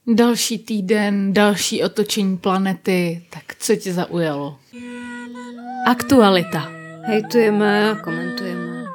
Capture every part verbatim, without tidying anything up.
Další týden, další otočení planety, tak co tě zaujalo? Aktualita. Hejtujeme a komentujeme.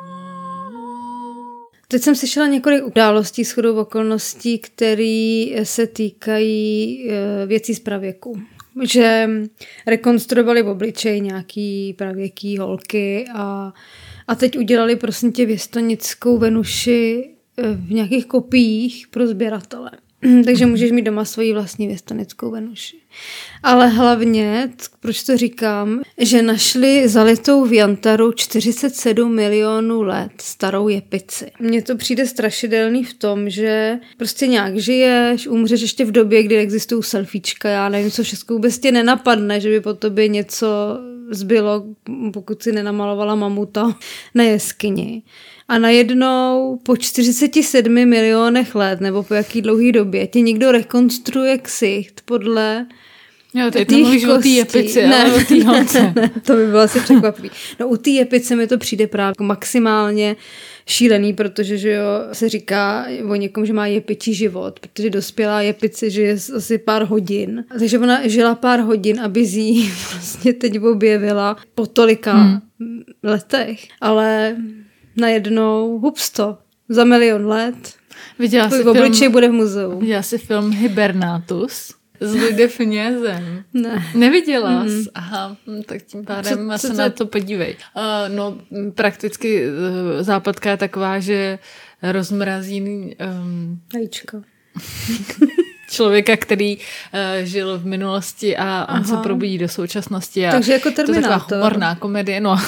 Teď jsem slyšela několik událostí shodou okolností, které se týkají věcí z pravěku. Že rekonstruovali v obličej nějaký pravěký holky a, a teď udělali prosím tě věstonickou Venuši v nějakých kopiích pro sběratele. Takže můžeš mít doma svoji vlastní věstonickou Venuši. Ale hlavně, proč to říkám, že našli zalitou v jantaru čtyřicet sedm milionů let starou jepici. Mně to přijde strašidelný v tom, že prostě nějak žiješ, umřeš ještě v době, kdy existují selfiečka, já nevím, co všechno vůbec tě nenapadne, že by po tobě něco zbylo, pokud si nenamalovala mamuta na jeskyni. A najednou po čtyřiceti sedmi milionech let, nebo po jaký dlouhý době, ti někdo rekonstruuje ksicht podle jo, teď to mluvíš o té jepici, ne, ale o té holce. Ne, to by bylo asi překvapivý. No u té jepice mi to přijde právě maximálně šílený, protože že jo, se říká o někom, že má jepičí život, protože dospělá jepice žije asi pár hodin. Takže ona žila pár hodin, aby jí vlastně teď objevila po tolika hmm. letech. Ale najednou, hupsto, za milion let. Viděla jsi v obličeji bude v muzeu. Viděla jsi film Hibernatus s Lidem Knězem? Ne. Neviděla jsi? Mm. Aha, tak tím pádem co, se co, na co? to podívej. Uh, no, prakticky uh, západka je taková, že rozmrazí um, Hajíčko. člověka, který uh, žil v minulosti a on Aha. se probudí do současnosti. A takže jako Terminátor. To je taková humorná komedie, no.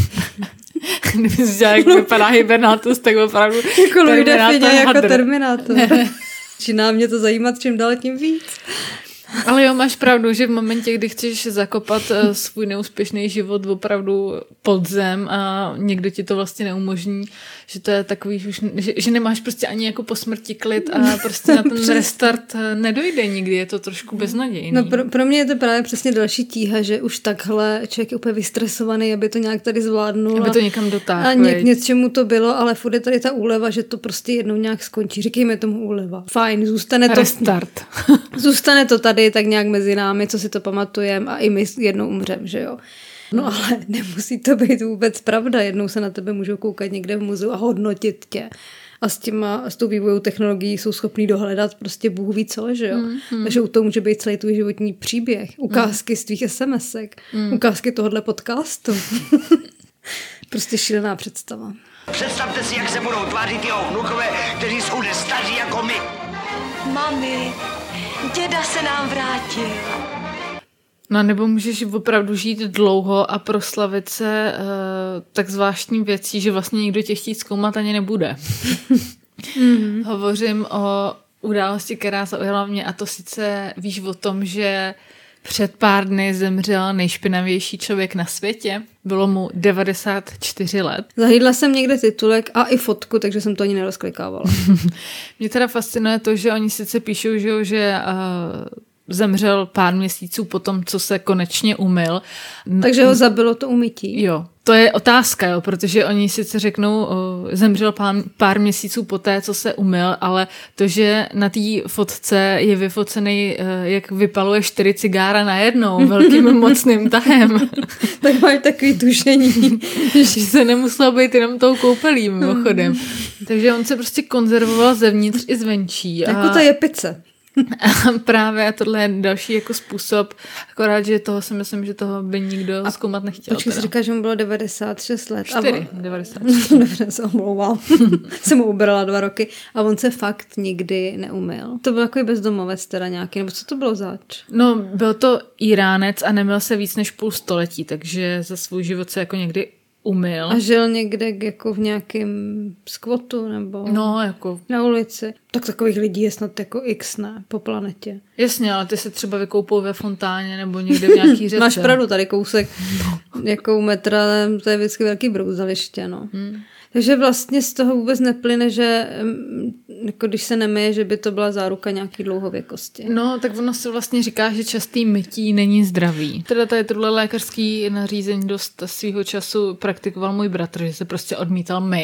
Kdyby si dělala, jak vypadá Hibernatus, tak opravdu jako Louis Terminátor jako hadr. Terminátor. Začíná mě to zajímat, čím dál tím víc. Ale jo, máš pravdu, že v momentě, kdy chceš zakopat uh, svůj neúspěšný život opravdu pod zem a někdo ti to vlastně neumožní, že to je takový, že, že nemáš prostě ani jako po smrti klid a prostě na ten restart nedojde nikdy, je to trošku beznadějný. No pro, pro mě je to právě přesně další tíha, že už takhle člověk je úplně vystresovaný, aby to nějak tady zvládnul. Aby to někam dotáhl. A ně, něčemu to bylo, ale furt je tady ta úleva, že to prostě jednou nějak skončí. Říkejme tomu úleva. Fajn, zůstane to. Restart. Zůstane to tady tak nějak mezi námi, co si to pamatujeme a i my jednou umřem, že jo. No ale nemusí to být vůbec pravda. Jednou se na tebe můžou koukat někde v muzeu a hodnotit tě. A s, těma, s tou vývojou technologií jsou schopní dohledat prostě Bůh ví co, že jo. Mm, mm. Takže u toho může být celý tvůj životní příběh. Ukázky mm. z tvých SMSek. Mm. Ukázky tohohle podcastu. Prostě šílená představa. Představte si, jak se budou tvářit jeho vnukové, kteří jsou dnes staří jako my. Mami, děda se nám vrátil. No nebo můžeš opravdu žít dlouho a proslavit se uh, tak zvláštní věcí, že vlastně nikdo tě chtít zkoumat ani nebude. mm-hmm. Hovořím o události, která zaujala mě, a to sice víš o tom, že před pár dny zemřel nejšpinavější člověk na světě. Bylo mu devadesát čtyři let. Zahlídla jsem někde titulek a i fotku, takže jsem to ani nerozklikávala. Mě teda fascinuje to, že oni sice píšou, že, že uh, zemřel pár měsíců po tom, co se konečně umyl. Takže ho zabilo to umytí? Jo. To je otázka, jo, protože oni sice řeknou, o, zemřel pár, pár měsíců poté, co se umyl, ale to, že na té fotce je vyfocený, jak vypaluje čtyři cigára najednou, velkým mocným tahem. Tak máš takový tušení. Že se nemuselo být jenom tou koupelí, mimochodem. Takže on se prostě konzervoval zevnitř i zvenčí. Jako a... ta jepice. A právě tohle je další jako způsob, akorát, že toho si myslím, že toho by nikdo a zkoumat nechtěl. Počkej, jsi říká, že mu bylo devadesát šest let. čtyři, devadesát šest. Dobře, se omlouvám. Jsem mu ubrala dva roky a on se fakt nikdy neumyl. To byl takový bezdomovec teda nějaký, nebo co to bylo zač? No, byl to Iránec a nemyl se víc než půl století, takže za svůj život se jako někdy umyl. A žil někde jako v nějakém skvotu nebo no, jako na ulici. Tak takových lidí je snad jako x, ne? Po planetě. Jasně, ale ty se třeba vykoupou ve fontáně nebo někde v nějaký řece. Máš pravdu, tady kousek jakou metra, to je vždycky velký brouzaliště, no. Hmm. Takže vlastně z toho vůbec neplyne, že jako když se nemyje, že by to byla záruka nějaký dlouhověkosti. No, tak ono se vlastně říká, že častý mytí není zdravý. Teda tady tohle lékařský nařízení dost svýho času praktikoval můj bratr, že se prostě odmítal mejt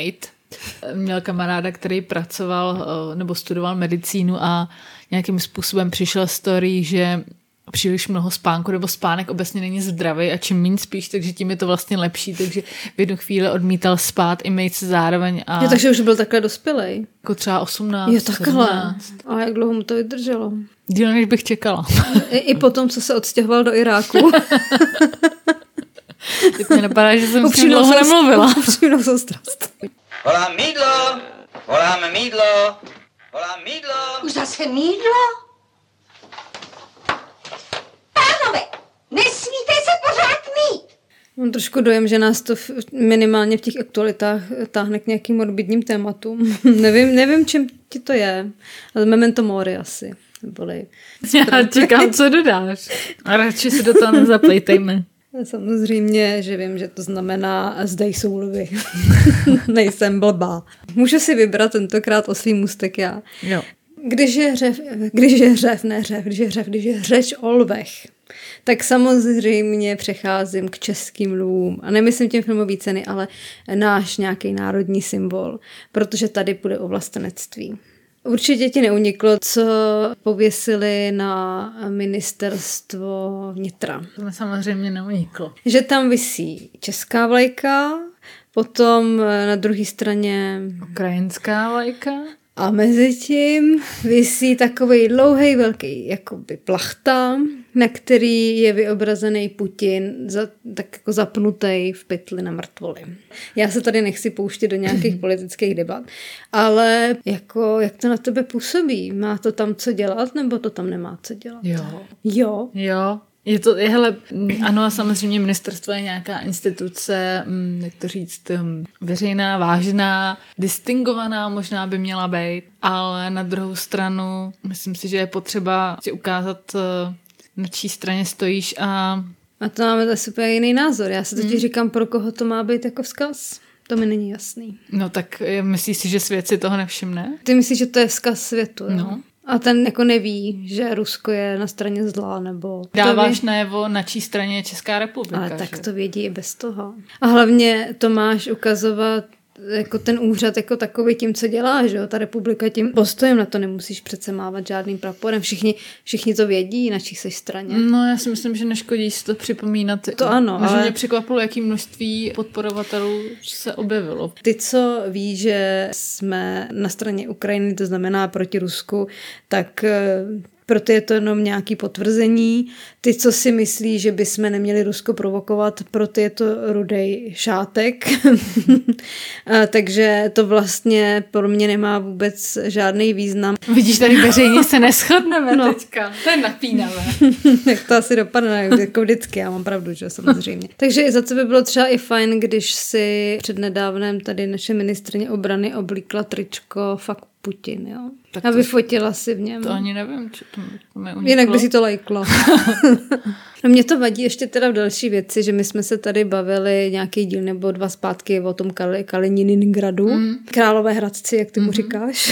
Měl kamaráda, který pracoval nebo studoval medicínu a nějakým způsobem přišel story, že příliš mnoho spánku nebo spánek obecně není zdravý a čím méně spíš, takže tím je to vlastně lepší, takže v jednu chvíli odmítal spát i mít se zároveň. A jo, takže už byl takhle dospělej. Jako třeba osmnáct. Jo, takhle. sedmnáct. A jak dlouho mu to vydrželo? Díl, než bych čekala. I, i potom, co se odstěhoval do Iráku. Teď mě napadá, že jsem s ním dlouho nemluvila. Upřímnou soustrast. Volám mýdlo, voláme mýdlo, volám mýdlo. Už zase mýdlo? Pánové, nesmíte se pořád mít. Mám trošku dojem, že nás to v, minimálně v těch aktualitách táhne k nějakým morbidním tématům. nevím, nevím, čím ti to je. Ale memento mori asi. Neboli. Já čekám, co dodáš. A radši si do toho nezaplejtejme. Samozřejmě, že vím, že to znamená zdej jsou lvy. Nejsem blbá. Můžu si vybrat tentokrát oslý můstek já. Jo. Když je řev, když je řev, ne řev, když je řev, když je řeč o lvech, tak samozřejmě přecházím k českým lvům. A nemyslím tím filmový ceny, ale náš nějaký národní symbol, protože tady půjde o vlastenectví. Určitě ti neuniklo, co pověsili na ministerstvo vnitra. To mi samozřejmě neuniklo. Že tam visí česká vlajka, potom na druhé straně ukrajinská vlajka. A mezi tím visí takovej dlouhej velký jakoby plachta, na který je vyobrazený Putin za, tak jako zapnutý v pytli na mrtvoli. Já se tady nechci pouštět do nějakých politických debat, ale jako, jak to na tebe působí? Má to tam co dělat, nebo to tam nemá co dělat? Jo. Jo? Jo. Je to, je, hele, ano, a samozřejmě ministerstvo je nějaká instituce, jak to říct, veřejná, vážná, distingovaná možná by měla být, ale na druhou stranu myslím si, že je potřeba si ukázat, na čí straně stojíš a... A to máme zase úplně jiný názor. Já se totiž hmm. říkám, pro koho to má být jako vzkaz. To mi není jasný. No tak myslíš si, že svět si toho nevšimne? Ty myslíš, že to je vzkaz světu, jo? No. A ten jako neví, že Rusko je na straně zla, nebo... Dáváš najevo, na čí straně je Česká republika. Ale tak že? to vědí i bez toho. A hlavně to máš ukazovat jako ten úřad jako takový tím, co dělá, že jo? Ta republika tím postojem, na to nemusíš přece mávat žádným praporem. Všichni, všichni to vědí, na čí seš straně. No já si myslím, že neškodí si to připomínat. To ano, ale... ale... mě překvapilo, jaký množství podporovatelů se objevilo. Ty, co ví, že jsme na straně Ukrajiny, to znamená proti Rusku, tak... proto je to jenom nějaké potvrzení. Ty, co si myslí, že bychom neměli Rusko provokovat, proto je to rudej šátek. Takže to vlastně pro mě nemá vůbec žádný význam. Vidíš, tady veřejně se neshodneme no. teďka. To je napínavé. Jak to asi dopadne, jako vždycky, já mám pravdu, že samozřejmě. Takže za co by bylo třeba i fajn, když si přednedávnem tady naše ministryně obrany oblíkla tričko fakt Putin, jo. Tak a vyfotila si v něm. To ani nevím, čo to, to mi uniklo. Jinak by si to lajkla. No mě to vadí ještě teda v další věci, že my jsme se tady bavili nějaký díl nebo dva zpátky o tom Kali, Kaliningradu. Mm. Králové Hradci, jak ty mu mm-hmm. říkáš.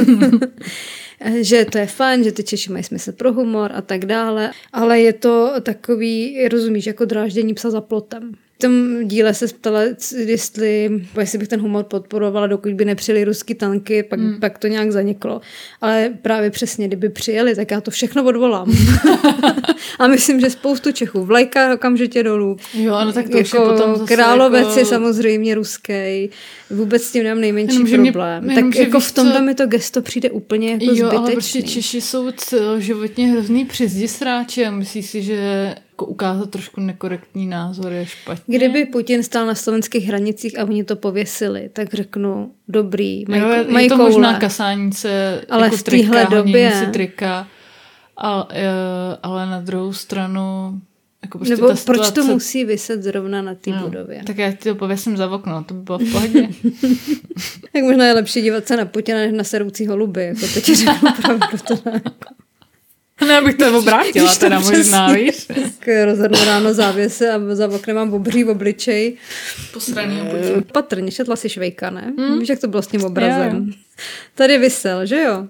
Že to je fajn, že ty Češi mají smysl pro humor a tak dále, ale je to takový, rozumíš, jako dráždění psa za plotem. V tom díle se ptala, jestli, jestli bych ten humor podporovala, dokud by nepřijeli ruský tanky, pak, hmm. pak to nějak zaniklo. Ale právě přesně, kdyby přijeli, tak já to všechno odvolám. A myslím, že spoustu Čechů. Vlajka okamžitě dolů. Jo, ano, tak to jako už je potom zase Královec jako... je samozřejmě ruský. Vůbec s tím nemám nejmenší jenom, problém. Mě, tak jenom, jako v tomhle co... mi to gesto přijde úplně jako jo, zbytečný. Jo, ale prostě Češi jsou celoživotně hrozný přizděsráči a myslí si, že jako ukázat trošku nekorektní názor je špatně. Kdyby Putin stál na slovenských hranicích a oni to pověsili, tak řeknu, dobrý, mají koule. Je to koule. Možná kasání se ale jako v téhle době si trika, ale, ale na druhou stranu jako prostě nebo ta proč situace... to musí vyset zrovna na té no, budově? Tak já ti to pověsím za okno, to by bylo v pohodě. Tak možná je lepší dívat se na Putina, než na seroucí holuby, jako to ti řeknu pravdu. To ne. Ne, abych to obrátila, teda možná, víš. Tak rozhodnu ráno závěsy a za oknem mám obří v obličej. Posraný obličej. Patrně, šetla si Švejka, ne? Hmm. Víš, jak to bylo s tím obrazem? Já. Tady visel, že jo?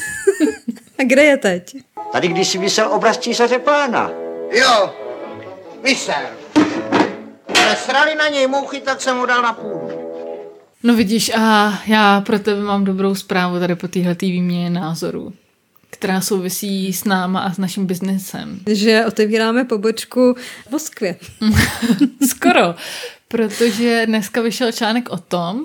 A kde je teď? Tady když si visel obraz císaře Pána. Jo, visel. Ale srali na něj mouchy, tak jsem ho dal na půdu. No vidíš, a já pro tebe mám dobrou zprávu tady po téhletý výměně názorů, která souvisí s náma a s naším biznesem. Že otevíráme pobočku v Moskvě. Skoro. Protože dneska vyšel článek o tom,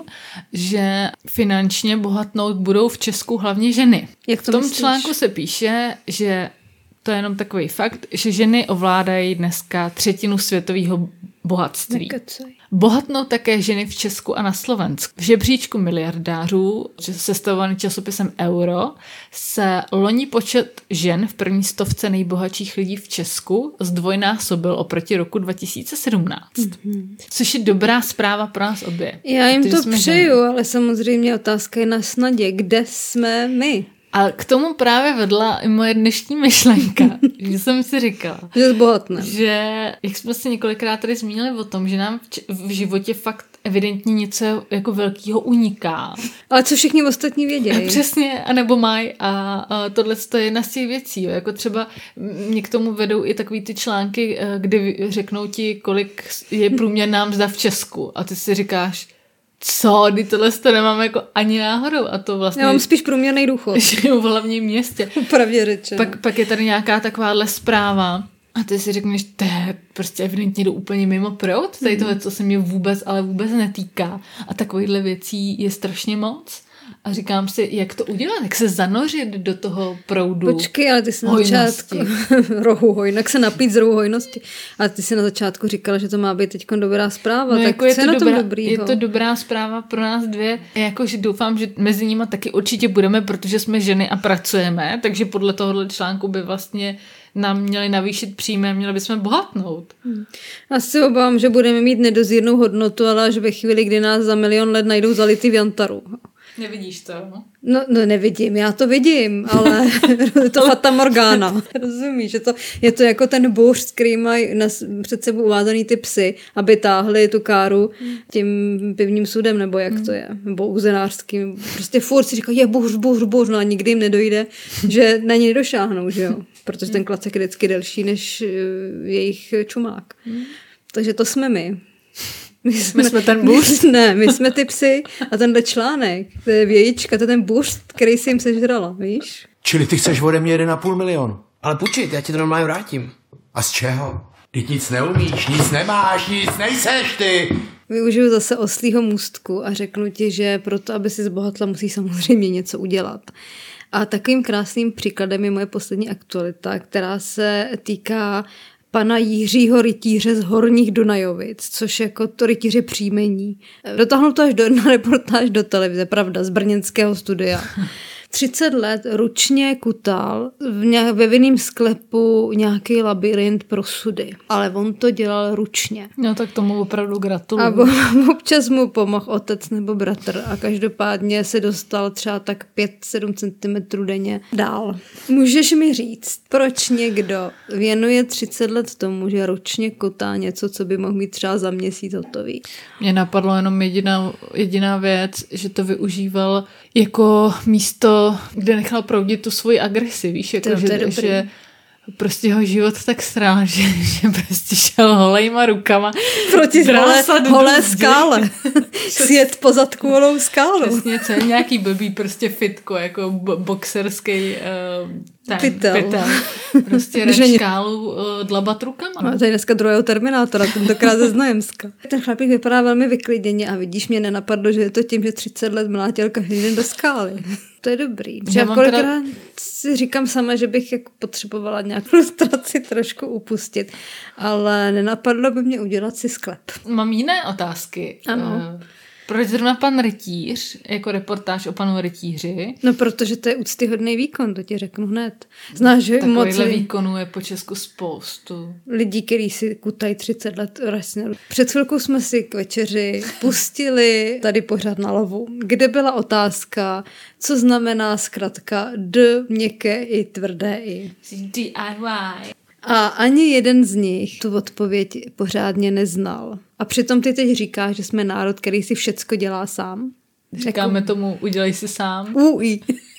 že finančně bohatnout budou v Česku hlavně ženy. Jak to v tom myslíš? článku se píše, že to je jenom takový fakt, že ženy ovládají dneska třetinu světového bohatství. Nekecej. Bohatnou také ženy v Česku a na Slovensku. V žebříčku miliardářů, sestavovaný časopisem Euro, se loni počet žen v první stovce nejbohatších lidí v Česku zdvojnásobil oproti roku dva tisíce sedmnáct. Mm-hmm. Což je dobrá zpráva pro nás obě. Já jim to jsme přeju, ženy. ale samozřejmě otázka je na snadě. Kde jsme my? A k tomu právě vedla i moje dnešní myšlenka, že jsem si říkala, Že zbohatneme. že, jak jsme se několikrát tady zmínili o tom, že nám v, č- v životě fakt evidentně něco jako velkýho uniká. Ale co všichni ostatní vědějí. Přesně, anebo mají. A, a tohle je jedna z těch věcí. Jo. Jako třeba mě k tomu vedou i takový ty články, kdy řeknou ti, kolik je průměrná mzda v Česku. A ty si říkáš, co, kdy tohle to nemám jako ani náhodou. A to vlastně... Já mám spíš průměrný důchod. Žiju v hlavním městě. Pravdě řečeno. Pak, pak je tady nějaká takováhle zpráva a ty si řekneš, to je prostě evidentně jdu úplně mimo proud, tady tohle, co se mě vůbec, ale vůbec netýká. A takovýchhle věcí je strašně moc. A říkám si, jak to udělat, jak se zanořit do toho proudu. Počkej, ale ty jsi na hojnosti. začátku rohu hojnak se napít z rohu hojnosti. A ty jsi na začátku říkala, že to má být teď dobrá zpráva. No tak jako co je, to je na tom dobrá, dobrýho? je to dobrá zpráva pro nás dvě. Jakože doufám, že mezi nimi taky určitě budeme, protože jsme ženy a pracujeme, takže podle tohohle článku by vlastně nám měli navýšit příjmy a měli bychom bohatnout. Hmm. Já si obávám, že budeme mít nedozírnou hodnotu, ale až ve chvíli, kdy nás za milion let najdou zalitý v jantaru. Nevidíš to, no? No, no nevidím, já to vidím, ale je to fata morgana. Rozumíš, že to, je to jako ten bůř, který mají na, před sebou uvázaný ty psy, aby táhli tu káru tím pivním sudem, nebo jak to je, nebo uzenářským. Prostě furt si říkají, je bůř, bůř, bůř, no a nikdy jim nedojde, že na ní nedošáhnou, že jo? Protože ten klacek je vždycky delší než uh, jejich čumák. Takže to jsme my. My jsme, my jsme ten bůř? Ne, my jsme ty psy a tenhle článek, to je vějička, to je ten bůř, který si jim sežrala, víš? Čili ty chceš ode mě jeden a půl milionu. Ale půjčit, já ti to normálně vrátím. A z čeho? Ty nic neumíš, nic nemáš, nic nejseš ty. Využiju zase oslího můstku a řeknu ti, že proto, aby si zbohatla, musí samozřejmě něco udělat. A takovým krásným příkladem je moje poslední aktualita, která se týká pana Jiřího Rytíře z Horních Dunajovic, což jako to Rytíře příjmení. Dotáhnul to až do na reportáž do televize, pravda, z brněnského studia. třicet let ručně kutal v nějak, ve vinném sklepu nějaký labyrint pro sudy. Ale on to dělal ručně. No tak tomu opravdu gratuluju. A občas mu pomohl otec nebo bratr a každopádně se dostal třeba tak pět sedm centimetrů denně dál. Můžeš mi říct, proč někdo věnuje třicet let tomu, že ručně kutá něco, co by mohl mít třeba za měsíc hotový? Mně napadlo jenom jediná, jediná věc, že to využíval jako místo, kde nechal proudit tu svoji agresi, víš, jako, to, že, to že prostě jeho život tak strál, že, že prostě šel holejma rukama proti holé, holé skále. Sjet po zadku holou skálu. Přesně, co je nějaký blbý prostě fitko, jako bo- boxerský uh, ten, pytel. pytel. Prostě reč skálu uh, dlabat rukama. No, tady dneska druhého Terminátora, tentokrát ze Znojemska. Ten chlapík vypadá velmi vyklidněně a vidíš, mě nenapadlo, že je to tím, že třicet let mlátil každý den do skály. To je dobrý. Já, já kolikrát teda... si říkám sama, že bych jako potřebovala nějakou frustraci trošku upustit, ale nenapadlo by mě udělat si sklep. Mám jiné otázky. Ano. Proč zrovna pan Rytíř, jako reportáž o panu Rytíři? No, protože to je úctyhodný výkon, to ti řeknu hned. Znáš, že moc... Takovýhle výkonů je po Česku spoustu. Lidí, kteří si kutají třicet let, vlastně. Před chvilkou jsme si k večeři pustili tady pořád na lavu, kde byla otázka, co znamená zkratka D, měkké i tvrdé i. D I Y. A ani jeden z nich tu odpověď pořádně neznal. A přitom ty teď říkáš, že jsme národ, který si všecko dělá sám. Říkáme jako... tomu, udělej si sám. U I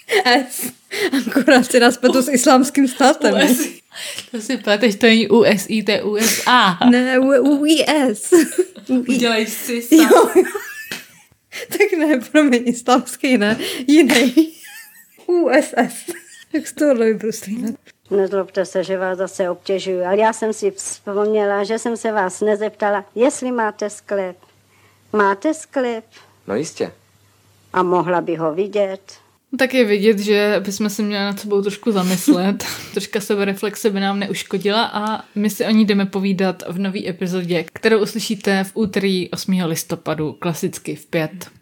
S. Akorát se nás pletu s islámským státem. U S I. To si pleteš, to není U S I, to je U S A. Ne, U I S. Udělej si sám. Jo. Tak ne, promiň, islámský ne, jiný. U S S. Jak z tohohle vybruslíme. Nezlobte se, že vás zase obtěžuju, ale já jsem si vzpomněla, že jsem se vás nezeptala, jestli máte sklep. Máte sklep? No jistě. A mohla by ho vidět? Tak je vidět, že bychom si měli nad sebou trošku zamyslet. Troška sebereflexe by nám neuškodila a my si o ní jdeme povídat v nový epizodě, kterou uslyšíte v úterý osmého listopadu, klasicky v pět.